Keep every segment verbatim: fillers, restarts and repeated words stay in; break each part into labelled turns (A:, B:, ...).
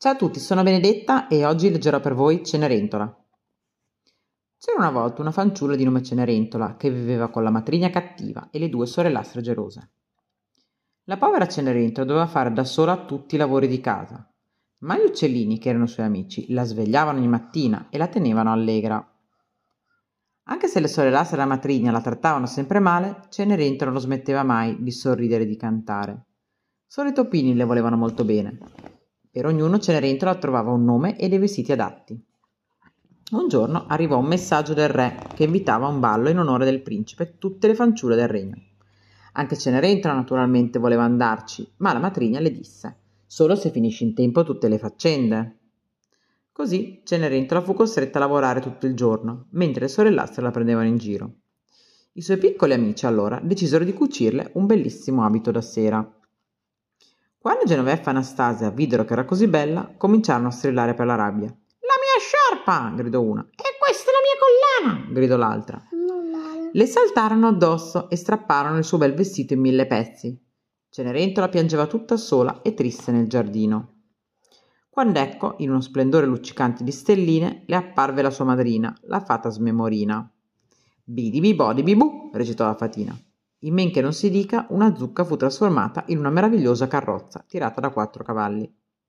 A: Ciao a tutti, sono Benedetta e oggi leggerò per voi Cenerentola. C'era una volta una fanciulla di nome Cenerentola che viveva con la matrigna cattiva e le due sorellastre gelose. La povera Cenerentola doveva fare da sola tutti i lavori di casa, ma gli uccellini, che erano suoi amici, la svegliavano ogni mattina e la tenevano allegra. Anche se le sorellastre della matrigna la trattavano sempre male, Cenerentola non smetteva mai di sorridere e di cantare. Solo i topini le volevano molto bene. Per ognuno Cenerentola trovava un nome e dei vestiti adatti. Un giorno arrivò un messaggio del re che invitava a un ballo in onore del principe tutte le fanciulle del regno. Anche Cenerentola naturalmente voleva andarci, ma la matrigna le disse: solo se finisci in tempo tutte le faccende. Così Cenerentola fu costretta a lavorare tutto il giorno, mentre le sorellastre la prendevano in giro. I suoi piccoli amici allora decisero di cucirle un bellissimo abito da sera. Quando Genoveffa e Anastasia videro che era così bella, cominciarono a strillare per la rabbia. «La mia sciarpa!» gridò una. «E questa è la mia collana!» gridò l'altra. Le saltarono addosso e strapparono il suo bel vestito in mille pezzi. Cenerentola piangeva tutta sola e triste nel giardino. Quando ecco, in uno splendore luccicante di stelline, le apparve la sua madrina, la fata Smemorina. «Bidibi bodi bibù!» recitò la fatina. In men che non si dica, una zucca fu trasformata in una meravigliosa carrozza tirata da quattro cavalli.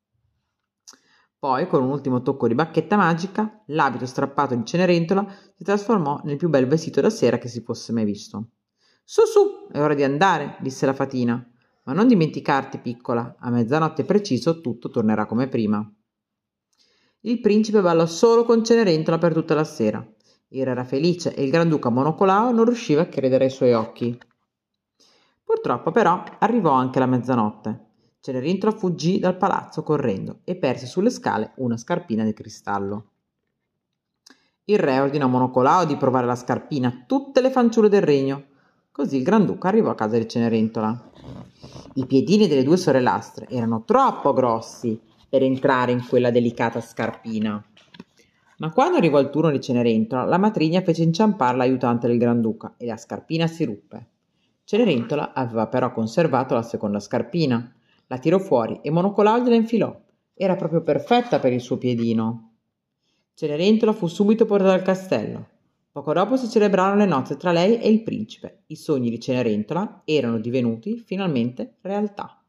A: Poi, con un ultimo tocco di bacchetta magica, l'abito strappato di Cenerentola si trasformò nel più bel vestito da sera che si fosse mai visto. «Su, su, è ora di andare», disse la fatina, «ma non dimenticarti, piccola, a mezzanotte preciso tutto tornerà come prima». Il principe ballò solo con Cenerentola per tutta la sera. Era felice e il Granduca Monocolao non riusciva a credere ai suoi occhi. Purtroppo però arrivò anche la mezzanotte. Cenerentola fuggì dal palazzo correndo e perse sulle scale una scarpina di cristallo. Il re ordinò a Monocolao di provare la scarpina a tutte le fanciulle del regno. Così il Granduca arrivò a casa di Cenerentola. I piedini delle due sorellastre erano troppo grossi per entrare in quella delicata scarpina. Ma quando arrivò il turno di Cenerentola, la matrigna fece inciampare l'aiutante del Granduca e la scarpina si ruppe. Cenerentola aveva però conservato la seconda scarpina. La tirò fuori e Monocolao gliela infilò. Era proprio perfetta per il suo piedino. Cenerentola fu subito portata al castello. Poco dopo si celebrarono le nozze tra lei e il principe. I sogni di Cenerentola erano divenuti finalmente realtà.